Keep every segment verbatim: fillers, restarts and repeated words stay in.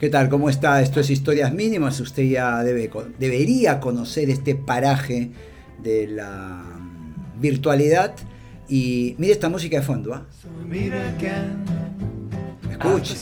¿Qué tal? ¿Cómo está? Esto es Historias Mínimas. Usted ya debe, debería conocer este paraje de la virtualidad. Y mire esta música de fondo, ¿ah? Escuche.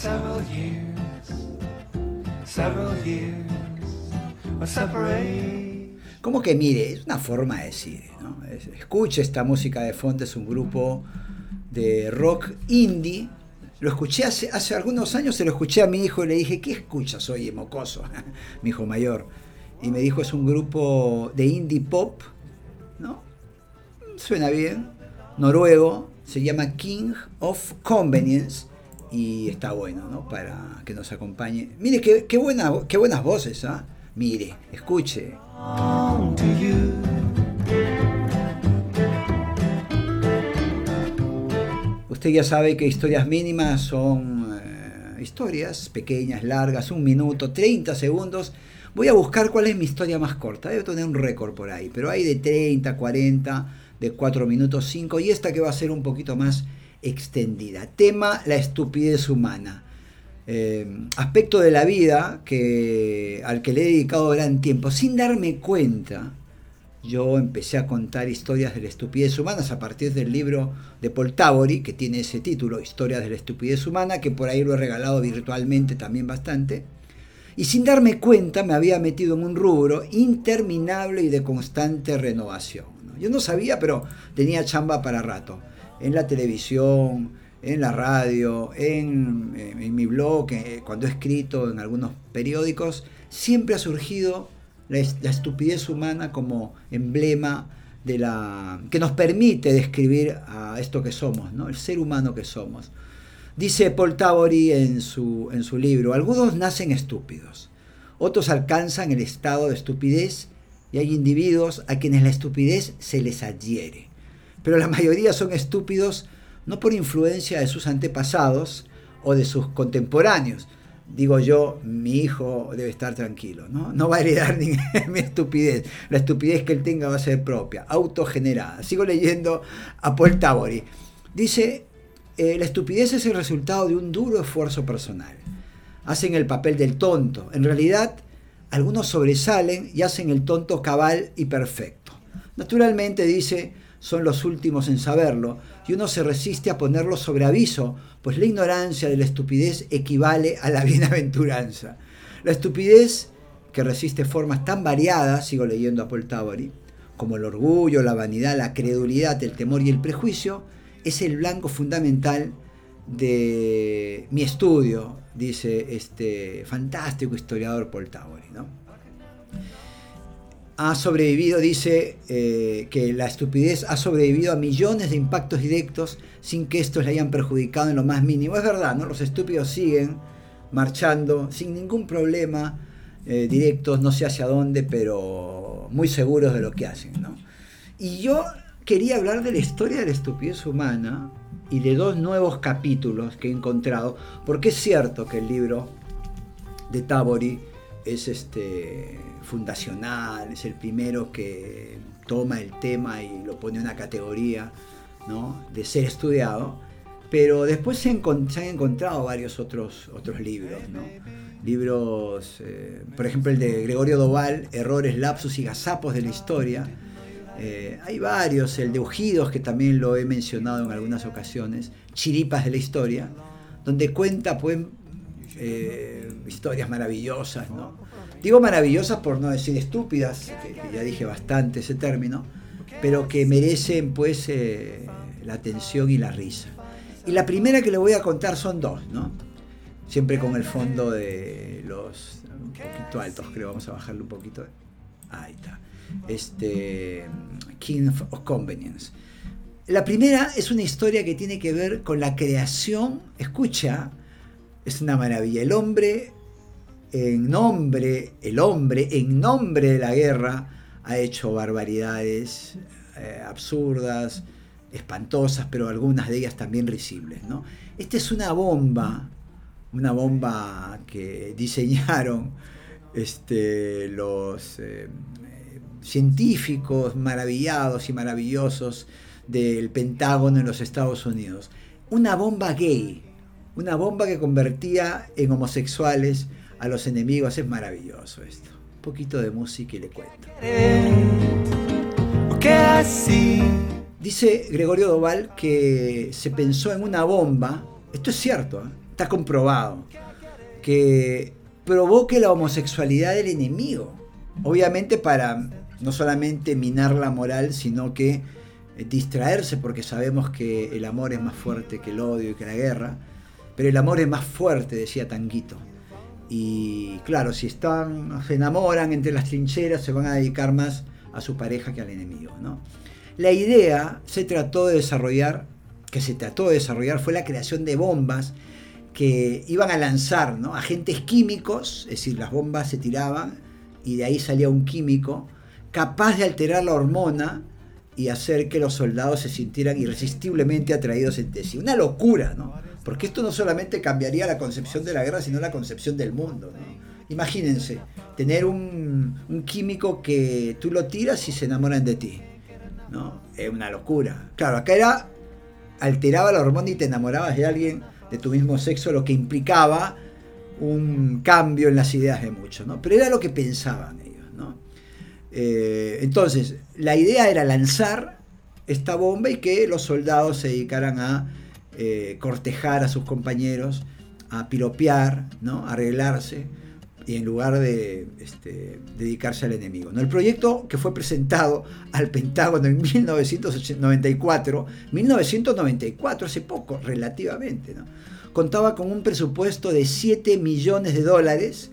¿Cómo que mire? Es una forma de decir, ¿no? Escuche esta música de fondo. Es un grupo de rock indie. Lo escuché hace, hace algunos años, se lo escuché a mi hijo y le dije, ¿qué escuchas, oye, mocoso? Mi hijo mayor. Y me dijo, es un grupo de indie pop, ¿no? Suena bien. Noruego, se llama King of Convenience y está bueno, ¿no? Para que nos acompañe. Mire, qué, qué, buena, qué buenas voces, ¿ah? ¿eh? Mire, escuche. Usted ya sabe que Historias Mínimas son eh, historias pequeñas, largas, un minuto, treinta segundos. Voy a buscar cuál es mi historia más corta. Debo tener un récord por ahí, pero hay de treinta, cuarenta, de cuatro minutos, cinco, y esta que va a ser un poquito más extendida. Tema: la estupidez humana. Eh, aspecto de la vida que, al que le he dedicado gran tiempo. Sin darme cuenta, yo empecé a contar historias de la estupidez humana a partir del libro de Paul Tabori, que tiene ese título, Historias de la estupidez humana, que por ahí lo he regalado virtualmente también bastante. Y sin darme cuenta me había metido en un rubro interminable y de constante renovación, ¿no? Yo no sabía, pero tenía chamba para rato. En la televisión, en la radio, en, en, en mi blog, eh, cuando he escrito en algunos periódicos, siempre ha surgido la, la estupidez humana como emblema de la que nos permite describir a esto que somos, ¿no? El ser humano que somos. Dice Paul Tabori en su, en su libro, algunos nacen estúpidos, otros alcanzan el estado de estupidez y hay individuos a quienes la estupidez se les adhiere. Pero la mayoría son estúpidos no por influencia de sus antepasados o de sus contemporáneos. Digo yo, mi hijo debe estar tranquilo, ¿no? No va a heredar ni mi estupidez. La estupidez que él tenga va a ser propia, autogenerada. Sigo leyendo a Paul Tabori. Dice, eh, la estupidez es el resultado de un duro esfuerzo personal. Hacen el papel del tonto. En realidad, algunos sobresalen y hacen el tonto cabal y perfecto. Naturalmente, dice, son los últimos en saberlo, y uno se resiste a ponerlo sobre aviso, pues la ignorancia de la estupidez equivale a la bienaventuranza. La estupidez, que resiste formas tan variadas, sigo leyendo a Paul Tabori, como el orgullo, la vanidad, la credulidad, el temor y el prejuicio, es el blanco fundamental de mi estudio, dice este fantástico historiador Paul Tabori, ¿no? Ha sobrevivido, dice, eh, que la estupidez ha sobrevivido a millones de impactos directos sin que estos le hayan perjudicado en lo más mínimo. Es verdad, ¿no? Los estúpidos siguen marchando sin ningún problema, eh, directos, no sé hacia dónde, pero muy seguros de lo que hacen, ¿no? Y yo quería hablar de la historia de la estupidez humana y de dos nuevos capítulos que he encontrado, porque es cierto que el libro de Tabori es este... fundacional, es el primero que toma el tema y lo pone en una categoría, ¿no?, de ser estudiado, pero después se, encont- se han encontrado varios otros, otros libros, ¿no? Libros, eh, por ejemplo el de Gregorio Doval, Errores, Lapsus y Gazapos de la Historia. Eh, hay varios, el de Ujidos, que también lo he mencionado en algunas ocasiones, Chiripas de la Historia, donde cuenta pues eh, historias maravillosas, ¿no? Digo maravillosas por no decir estúpidas, que, que ya dije bastante ese término, pero que merecen pues eh, la atención y la risa. Y la primera que le voy a contar son dos, ¿no? Siempre con el fondo de los un poquito altos, creo, vamos a bajarlo un poquito. Ahí está. Este, King of Convenience. La primera es una historia que tiene que ver con la creación. Escucha, es una maravilla. El hombre... En nombre, el hombre, en nombre de la guerra, ha hecho barbaridades eh, absurdas, espantosas, pero algunas de ellas también risibles, ¿no? Esta es una bomba, una bomba que diseñaron este, los eh, científicos maravillados y maravillosos del Pentágono en los Estados Unidos. Una bomba gay, una bomba que convertía en homosexuales a los enemigos. Es maravilloso esto. Un poquito de música y le cuento. Dice Gregorio Doval que se pensó en una bomba, esto es cierto, ¿eh? Está comprobado, que provoque la homosexualidad del enemigo. Obviamente para no solamente minar la moral, sino que distraerse, porque sabemos que el amor es más fuerte que el odio y que la guerra, pero el amor es más fuerte, decía Tanguito. Y claro, si están, se enamoran entre las trincheras, se van a dedicar más a su pareja que al enemigo, ¿no? La idea se trató de desarrollar, que se trató de desarrollar, fue la creación de bombas que iban a lanzar, ¿no?, agentes químicos, es decir, las bombas se tiraban y de ahí salía un químico capaz de alterar la hormona y hacer que los soldados se sintieran irresistiblemente atraídos entre sí. Una locura, ¿no? Porque esto no solamente cambiaría la concepción de la guerra, sino la concepción del mundo, ¿no? Imagínense, tener un, un químico que tú lo tiras y se enamoran de ti, ¿no? Es una locura. Claro, acá era, alteraba la hormona y te enamorabas de alguien de tu mismo sexo, lo que implicaba un cambio en las ideas de muchos, ¿no? Pero era lo que pensaban ellos, ¿no? Eh, entonces, la idea era lanzar esta bomba y que los soldados se dedicaran a eh, cortejar a sus compañeros, a piropear, ¿no?, a arreglarse, y en lugar de este, dedicarse al enemigo, ¿no? El proyecto, que fue presentado al Pentágono en mil novecientos noventa y cuatro, mil novecientos noventa y cuatro, hace poco, relativamente, ¿no?, contaba con un presupuesto de siete millones de dólares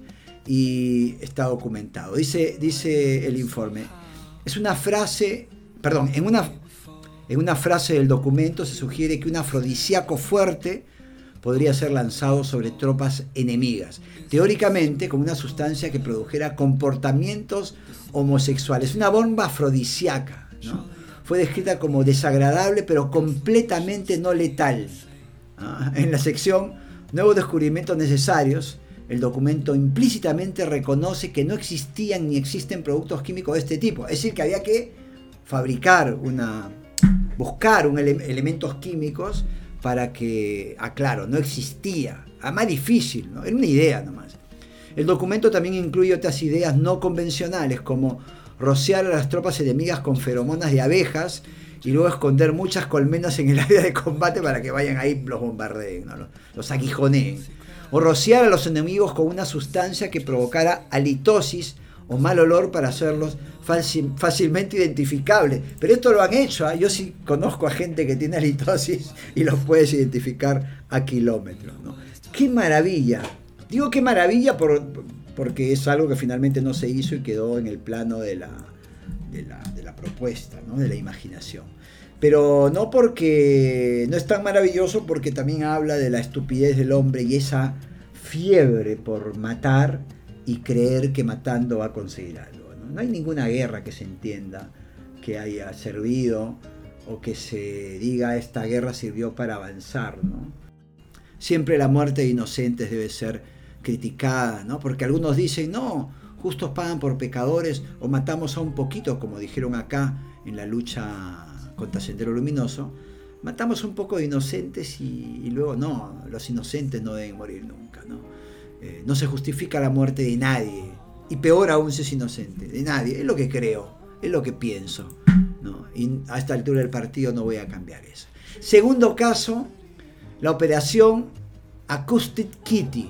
y está documentado. Dice, dice el informe, es una frase, perdón, en una, en una frase del documento se sugiere que un afrodisíaco fuerte podría ser lanzado sobre tropas enemigas, teóricamente con una sustancia que produjera comportamientos homosexuales, una bomba afrodisíaca, ¿no? Fue descrita como desagradable pero completamente no letal. ¿Ah? En la sección Nuevos descubrimientos necesarios, el documento implícitamente reconoce que no existían ni existen productos químicos de este tipo, es decir, que había que fabricar una, buscar un ele- elementos químicos para que, aclaro, no existía, era más difícil, ¿no? Era una idea nomás. El documento también incluye otras ideas no convencionales, como rociar a las tropas enemigas con feromonas de abejas y luego esconder muchas colmenas en el área de combate para que vayan ahí, los bombardeen, ¿no?, los, los aguijoneen. O rociar a los enemigos con una sustancia que provocara halitosis o mal olor para hacerlos fácil, fácilmente identificables. Pero esto lo han hecho, ¿eh? Yo sí conozco a gente que tiene halitosis y los puedes identificar a kilómetros, ¿no? ¡Qué maravilla! Digo qué maravilla por, porque es algo que finalmente no se hizo y quedó en el plano de la, de la, de la propuesta, ¿no?, de la imaginación. Pero no porque no es tan maravilloso, porque también habla de la estupidez del hombre y esa fiebre por matar y creer que matando va a conseguir algo, ¿no? No hay ninguna guerra que se entienda que haya servido o que se diga esta guerra sirvió para avanzar, ¿no? Siempre la muerte de inocentes debe ser criticada, ¿no? Porque algunos dicen, no, justos pagan por pecadores, o matamos a un poquito, como dijeron acá en la lucha contra Sendero Luminoso, matamos un poco de inocentes y, y luego no, los inocentes no deben morir nunca, ¿no? Eh, no se justifica la muerte de nadie, y peor aún si es inocente, de nadie, es lo que creo, es lo que pienso, ¿no? Y a esta altura del partido no voy a cambiar eso. Segundo caso, la operación Acoustic Kitty,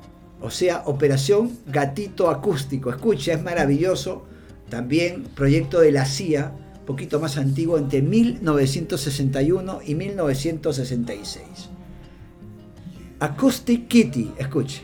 o sea, operación gatito acústico. Escucha, es maravilloso, también proyecto de la C I A, poquito más antiguo, entre mil novecientos sesenta y uno y mil novecientos sesenta y seis. Acoustic Kitty, escuche.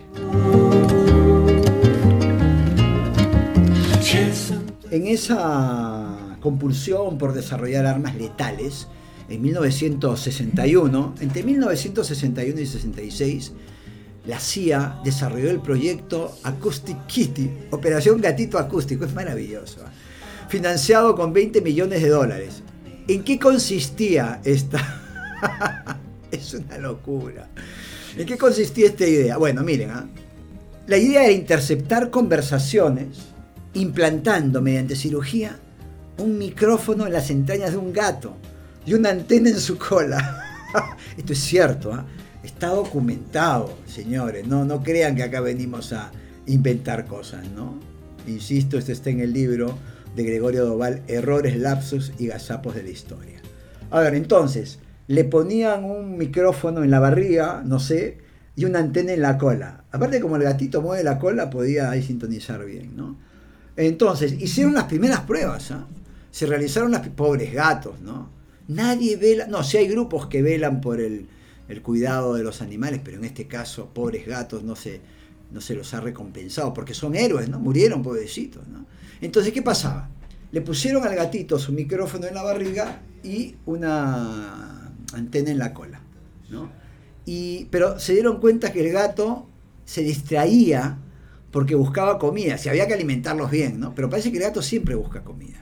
En esa compulsión por desarrollar armas letales, en mil novecientos sesenta y uno, entre mil novecientos sesenta y uno y sesenta y seis, la C I A desarrolló el proyecto Acoustic Kitty, Operación Gatito Acústico, es maravilloso, financiado con veinte millones de dólares. ¿En qué consistía esta? Es una locura. ¿En qué consistía esta idea? Bueno, miren, ¿eh? La idea era interceptar conversaciones implantando mediante cirugía un micrófono en las entrañas de un gato y una antena en su cola. Esto es cierto, ¿eh? Está documentado, señores. No, no crean que acá venimos a inventar cosas, ¿no? Insisto, esto está en el libro de Gregorio Doval, Errores, Lapsus y Gazapos de la Historia. A ver, entonces, le ponían un micrófono en la barriga, no sé, y una antena en la cola. Aparte, como el gatito mueve la cola, podía ahí sintonizar bien, ¿no? Entonces, hicieron las primeras pruebas, ¿eh? Se realizaron las... Pobres gatos, ¿no? Nadie vela... No, sí hay grupos que velan por el, el cuidado de los animales, pero en este caso, pobres gatos, no se, no se los ha recompensado, porque son héroes, ¿no? Murieron, pobrecitos, ¿no? Entonces, ¿qué pasaba? Le pusieron al gatito su micrófono en la barriga y una antena en la cola, ¿no? Y, pero se dieron cuenta que el gato se distraía porque buscaba comida, si había que alimentarlos bien, ¿no? Pero parece que el gato siempre busca comida.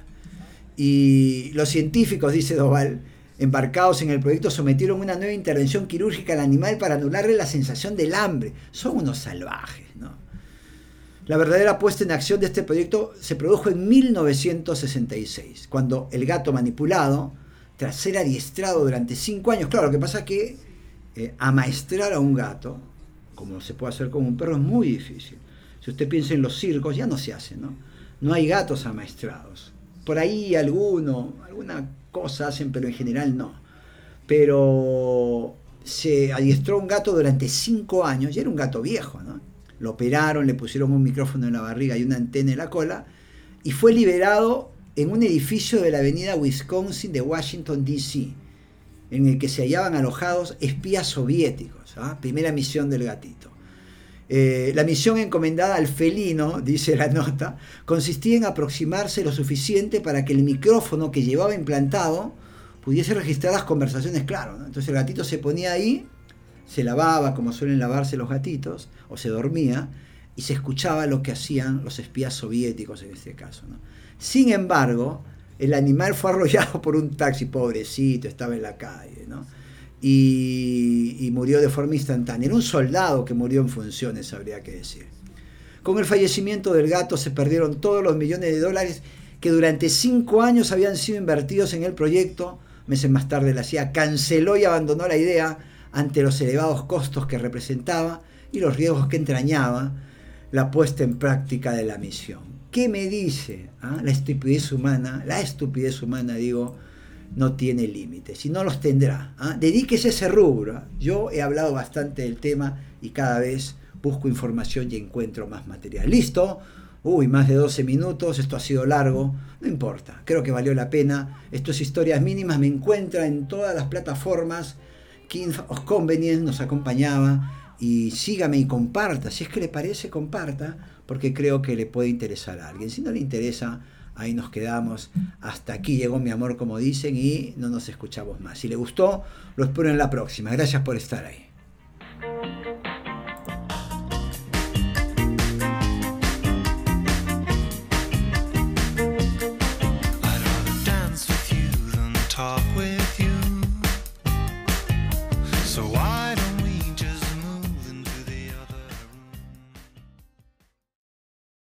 Y los científicos, dice Doval, embarcados en el proyecto, sometieron una nueva intervención quirúrgica al animal para anularle la sensación del hambre. Son unos salvajes, ¿no? La verdadera puesta en acción de este proyecto se produjo en mil novecientos sesenta y seis, cuando el gato manipulado, tras ser adiestrado durante cinco años, claro, lo que pasa es que eh, amaestrar a un gato, como se puede hacer con un perro, es muy difícil. Si usted piensa en los circos, ya no se hace, ¿no? No hay gatos amaestrados. Por ahí alguno, alguna cosa hacen, pero en general no. Pero se adiestró un gato durante cinco años, y era un gato viejo, ¿no? Lo operaron, le pusieron un micrófono en la barriga y una antena en la cola, y fue liberado en un edificio de la avenida Wisconsin de Washington, D C, en el que se hallaban alojados espías soviéticos, ¿ah? Primera misión del gatito. Eh, la misión encomendada al felino, dice la nota, consistía en aproximarse lo suficiente para que el micrófono que llevaba implantado pudiese registrar las conversaciones, claro, ¿no? Entonces el gatito se ponía ahí, se lavaba como suelen lavarse los gatitos, o se dormía, y se escuchaba lo que hacían los espías soviéticos en este caso, ¿no? Sin embargo, el animal fue arrollado por un taxi, pobrecito, estaba en la calle, ¿no? Y, y murió de forma instantánea. Era un soldado que murió en funciones, habría que decir. Con el fallecimiento del gato se perdieron todos los millones de dólares que durante cinco años habían sido invertidos en el proyecto. Meses más tarde la C I A canceló y abandonó la idea ante los elevados costos que representaba y los riesgos que entrañaba la puesta en práctica de la misión. ¿Qué me dice? ¿Ah? La estupidez humana, la estupidez humana, digo, no tiene límites y no los tendrá. ¿Ah? Dedíquese a ese rubro. ¿Ah? Yo he hablado bastante del tema y cada vez busco información y encuentro más material. ¿Listo? Uy, más de doce minutos, esto ha sido largo, no importa, creo que valió la pena. Esto es Historias Mínimas, me encuentra en todas las plataformas. King of Convenience nos acompañaba, y sígame y comparta, si es que le parece, comparta, porque creo que le puede interesar a alguien. Si no le interesa, ahí nos quedamos. Hasta aquí llegó mi amor, como dicen, y no nos escuchamos más. Si le gustó, lo espero en la próxima. Gracias por estar ahí.